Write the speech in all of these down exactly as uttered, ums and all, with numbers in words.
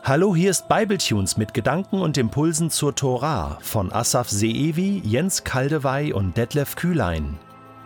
Hallo, hier ist Bibletunes mit Gedanken und Impulsen zur Tora von Asaf Seevi, Jens Kaldewey und Detlef Kühlein.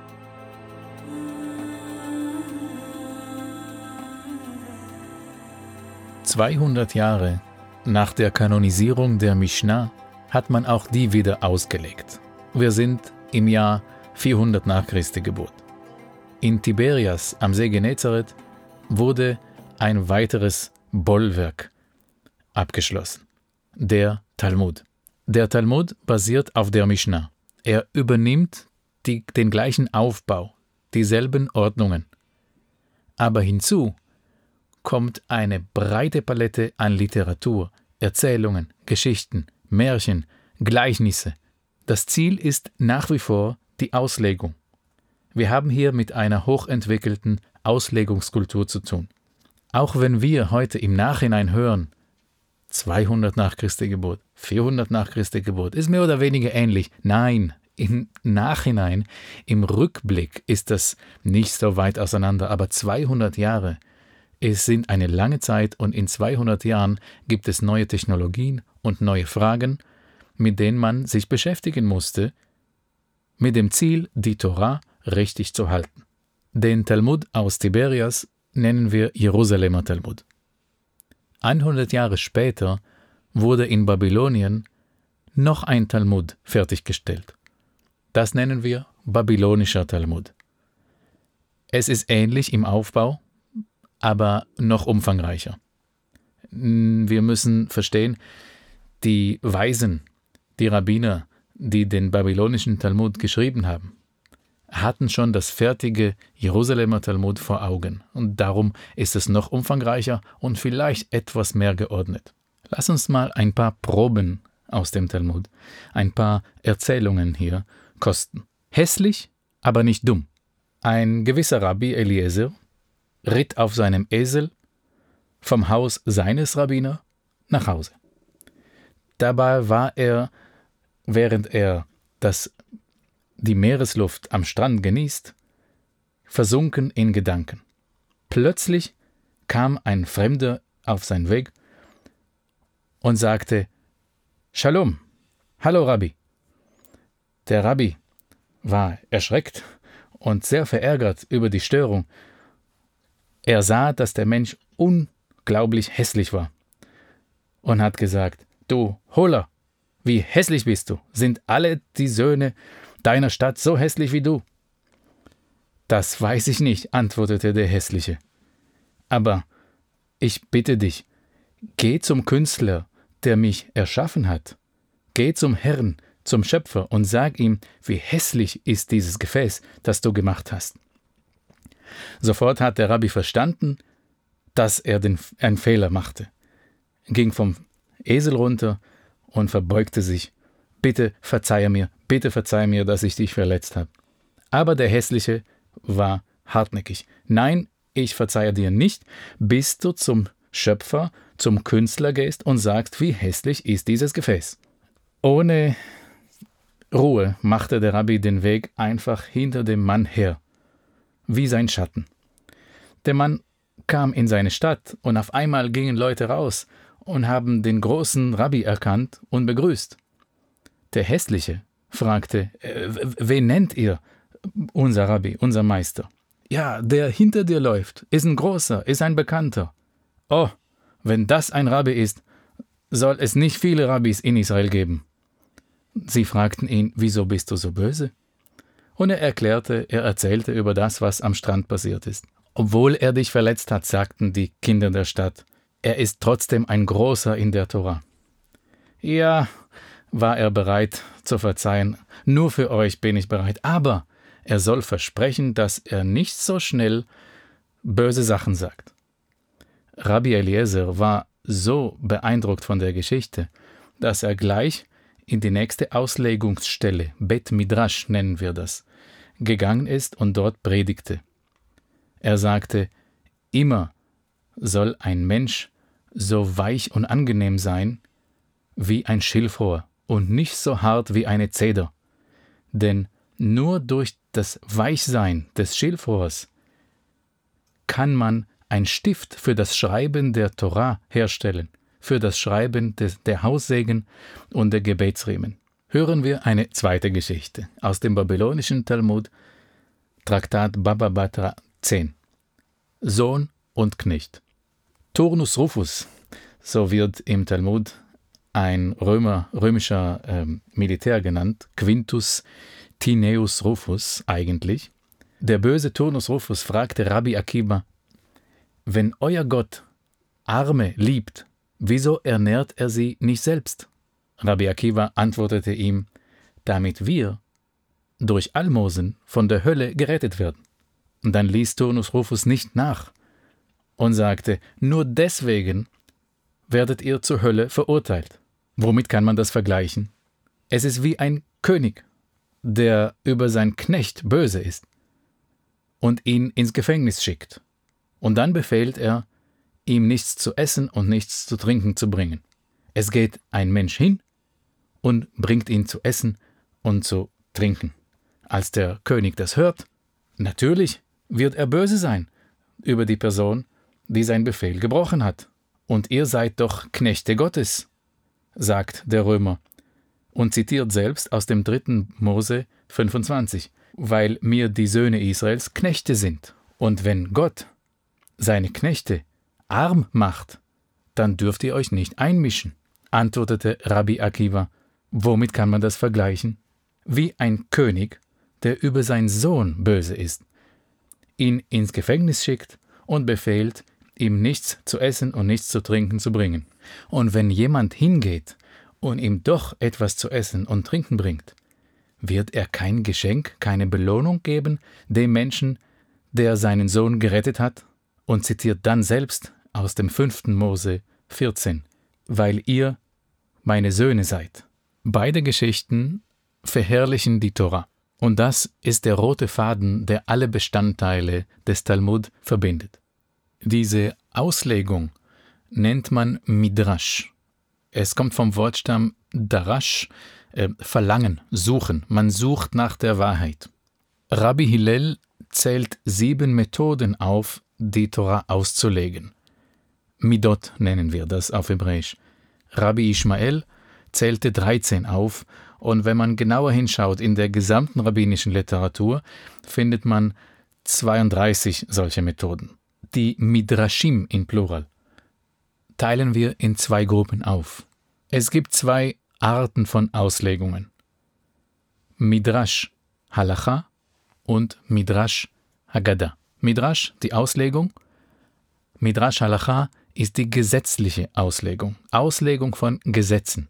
zweihundert Jahre nach der Kanonisierung der Mishnah hat man auch die wieder ausgelegt. Wir sind im Jahr vierhundert nach Christi Geburt. In Tiberias am See Genezareth wurde ein weiteres Bollwerk abgeschlossen, der Talmud. Der Talmud basiert auf der Mishnah. Er übernimmt die, den gleichen Aufbau, dieselben Ordnungen. Aber hinzu kommt eine breite Palette an Literatur, Erzählungen, Geschichten, Märchen, Gleichnisse. Das Ziel ist nach wie vor die Auslegung. Wir haben hier mit einer hochentwickelten Auslegungskultur zu tun. Auch wenn wir heute im Nachhinein hören, zweihundert nach Christi Geburt, vierhundert nach Christi Geburt, ist mehr oder weniger ähnlich. Nein, im Nachhinein, im Rückblick ist das nicht so weit auseinander, aber zweihundert Jahre, es sind eine lange Zeit und in zweihundert Jahren gibt es neue Technologien und neue Fragen, mit denen man sich beschäftigen musste, mit dem Ziel, die Tora richtig zu halten. Den Talmud aus Tiberias nennen wir Jerusalemer Talmud. hundert Jahre später wurde in Babylonien noch ein Talmud fertiggestellt. Das nennen wir babylonischer Talmud. Es ist ähnlich im Aufbau, aber noch umfangreicher. Wir müssen verstehen, die Weisen, die Rabbiner, die den babylonischen Talmud geschrieben haben, hatten schon das fertige Jerusalemer Talmud vor Augen. Und darum ist es noch umfangreicher und vielleicht etwas mehr geordnet. Lass uns mal ein paar Proben aus dem Talmud, ein paar Erzählungen hier kosten. Hässlich, aber nicht dumm. Ein gewisser Rabbi Eliezer ritt auf seinem Esel vom Haus seines Rabbiner nach Hause. Dabei war er, während er das, die Meeresluft am Strand genießt, versunken in Gedanken. Plötzlich kam ein Fremder auf seinen Weg und sagte: Shalom, hallo Rabbi. Der Rabbi war erschreckt und sehr verärgert über die Störung. Er sah, dass der Mensch unglaublich hässlich war und hat gesagt: Du Hohler, wie hässlich bist du? Sind alle die Söhne deiner Stadt so hässlich wie du? Das weiß ich nicht, antwortete der Hässliche. Aber ich bitte dich, geh zum Künstler, der mich erschaffen hat. Geh zum Herrn, zum Schöpfer und sag ihm, wie hässlich ist dieses Gefäß, das du gemacht hast. Sofort hat der Rabbi verstanden, dass er den, einen Fehler machte, ging vom Esel runter und verbeugte sich. Bitte verzeihe mir, bitte verzeihe mir, dass ich dich verletzt habe. Aber der Hässliche war hartnäckig. Nein, ich verzeihe dir nicht, bis du zum Schöpfer, zum Künstler gehst und sagst, wie hässlich ist dieses Gefäß. Ohne Ruhe machte der Rabbi den Weg einfach hinter dem Mann her, wie sein Schatten. Der Mann kam in seine Stadt und auf einmal gingen Leute raus und haben den großen Rabbi erkannt und begrüßt. Der Hässliche fragte: äh, wen nennt ihr? Unser Rabbi, unser Meister. Ja, der hinter dir läuft, ist ein großer, ist ein Bekannter. Oh, wenn das ein Rabbi ist, soll es nicht viele Rabbis in Israel geben. Sie fragten ihn: Wieso bist du so böse? Und er erklärte, er erzählte über das, was am Strand passiert ist. Obwohl er dich verletzt hat, sagten die Kinder der Stadt, er ist trotzdem ein Großer in der Tora. Ja, war er bereit zu verzeihen. Nur für euch bin ich bereit. Aber er soll versprechen, dass er nicht so schnell böse Sachen sagt. Rabbi Eliezer war so beeindruckt von der Geschichte, dass er gleich in die nächste Auslegungsstelle, Bet Midrash nennen wir das, gegangen ist und dort predigte. Er sagte: Immer soll ein Mensch so weich und angenehm sein wie ein Schilfrohr und nicht so hart wie eine Zeder. Denn nur durch das Weichsein des Schilfrohrs kann man ein Stift für das Schreiben der Tora herstellen, für das Schreiben des, der Haussegen und der Gebetsriemen. Hören wir eine zweite Geschichte aus dem babylonischen Talmud, Traktat Baba Batra zehn. Sohn und Knecht. Turnus Rufus, so wird im Talmud ein Römer, römischer ähm, Militär genannt, Quintus Tineius Rufus eigentlich. Der böse Turnus Rufus fragte Rabbi Akiba: Wenn euer Gott Arme liebt, wieso ernährt er sie nicht selbst? Rabbi Akiba antwortete ihm: Damit wir durch Almosen von der Hölle gerettet werden. Und dann ließ Turnus Rufus nicht nach und sagte: Nur deswegen werdet ihr zur Hölle verurteilt. Womit kann man das vergleichen? Es ist wie ein König, der über seinen Knecht böse ist und ihn ins Gefängnis schickt. Und dann befehlt er, ihm nichts zu essen und nichts zu trinken zu bringen. Es geht ein Mensch hin und bringt ihn zu essen und zu trinken. Als der König das hört, natürlich wird er böse sein über die Person, die seinen Befehl gebrochen hat. Und ihr seid doch Knechte Gottes, sagt der Römer und zitiert selbst aus dem dritten Mose fünfundzwanzig, weil mir die Söhne Israels Knechte sind. Und wenn Gott seine Knechte arm macht, dann dürft ihr euch nicht einmischen, antwortete Rabbi Akiba. Womit kann man das vergleichen? Wie ein König, der über seinen Sohn böse ist, ihn ins Gefängnis schickt und befehlt, ihm nichts zu essen und nichts zu trinken zu bringen. Und wenn jemand hingeht und ihm doch etwas zu essen und trinken bringt, wird er kein Geschenk, keine Belohnung geben dem Menschen, der seinen Sohn gerettet hat? Und zitiert dann selbst aus dem fünften Mose vierzehn, weil ihr meine Söhne seid. Beide Geschichten verherrlichen die Tora. Und das ist der rote Faden, der alle Bestandteile des Talmud verbindet. Diese Auslegung nennt man Midrash. Es kommt vom Wortstamm Darash, äh, verlangen, suchen. Man sucht nach der Wahrheit. Rabbi Hillel zählt sieben Methoden auf, die Tora auszulegen. Midot nennen wir das auf Hebräisch. Rabbi Ishmael zählte dreizehn auf, und wenn man genauer hinschaut in der gesamten rabbinischen Literatur, findet man zweiunddreißig solche Methoden. Die Midrashim in Plural teilen wir in zwei Gruppen auf. Es gibt zwei Arten von Auslegungen. Midrash Halacha und Midrash Haggadah. Midrash, die Auslegung. Midrash Halacha ist die gesetzliche Auslegung. Auslegung von Gesetzen.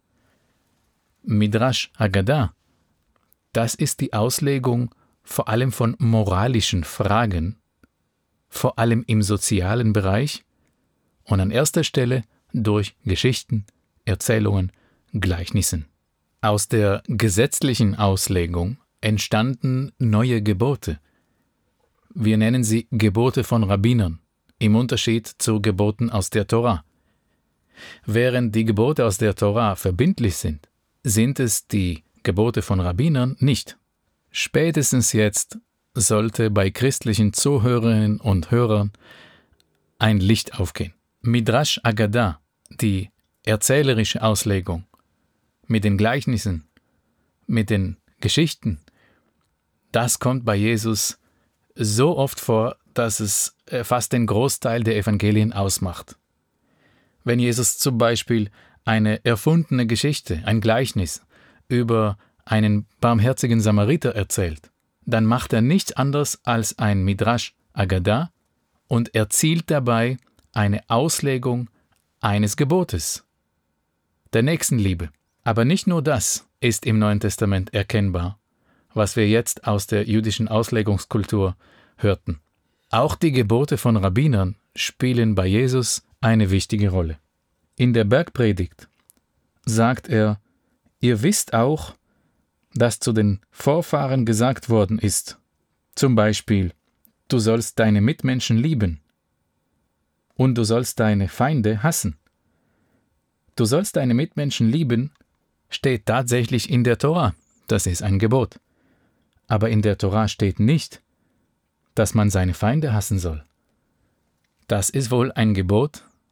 Midrash Haggadah, das ist die Auslegung vor allem von moralischen Fragen, vor allem im sozialen Bereich und an erster Stelle durch Geschichten, Erzählungen, Gleichnissen. Aus der gesetzlichen Auslegung entstanden neue Gebote. Wir nennen sie Gebote von Rabbinern, im Unterschied zu Geboten aus der Tora. Während die Gebote aus der Tora verbindlich sind, sind es die Gebote von Rabbinern nicht. Spätestens jetzt sollte bei christlichen Zuhörerinnen und Hörern ein Licht aufgehen. Midrash Haggadah, die erzählerische Auslegung, mit den Gleichnissen, mit den Geschichten, das kommt bei Jesus so oft vor, dass es fast den Großteil der Evangelien ausmacht. Wenn Jesus zum Beispiel eine erfundene Geschichte, ein Gleichnis über einen barmherzigen Samariter erzählt, dann macht er nichts anderes als ein Midrash Haggadah und erzielt dabei eine Auslegung eines Gebotes, der Nächstenliebe. Aber nicht nur das ist im Neuen Testament erkennbar, was wir jetzt aus der jüdischen Auslegungskultur hörten. Auch die Gebote von Rabbinern spielen bei Jesus eine wichtige Rolle. In der Bergpredigt sagt er: Ihr wisst auch, dass zu den Vorfahren gesagt worden ist, zum Beispiel, du sollst deine Mitmenschen lieben und du sollst deine Feinde hassen. Du sollst deine Mitmenschen lieben, steht tatsächlich in der Tora, das ist ein Gebot. Aber in der Tora steht nicht, dass man seine Feinde hassen soll. Das ist wohl ein Gebot,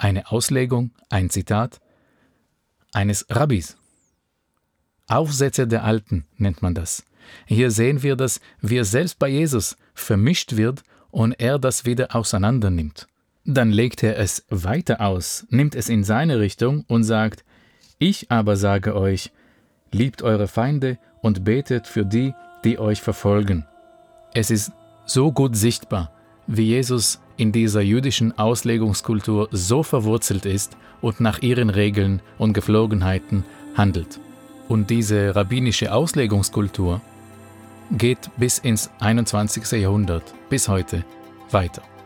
eine Auslegung, ein Zitat eines Rabbis. Aufsätze der Alten nennt man das. Hier sehen wir, dass wir selbst bei Jesus vermischt wird und er das wieder auseinander nimmt. Dann legt er es weiter aus, nimmt es in seine Richtung und sagt: Ich aber sage euch, liebt eure Feinde und betet für die, die euch verfolgen. Es ist so gut sichtbar, wie Jesus in dieser jüdischen Auslegungskultur so verwurzelt ist und nach ihren Regeln und Gepflogenheiten handelt. Und diese rabbinische Auslegungskultur geht bis ins einundzwanzigste Jahrhundert, bis heute, weiter.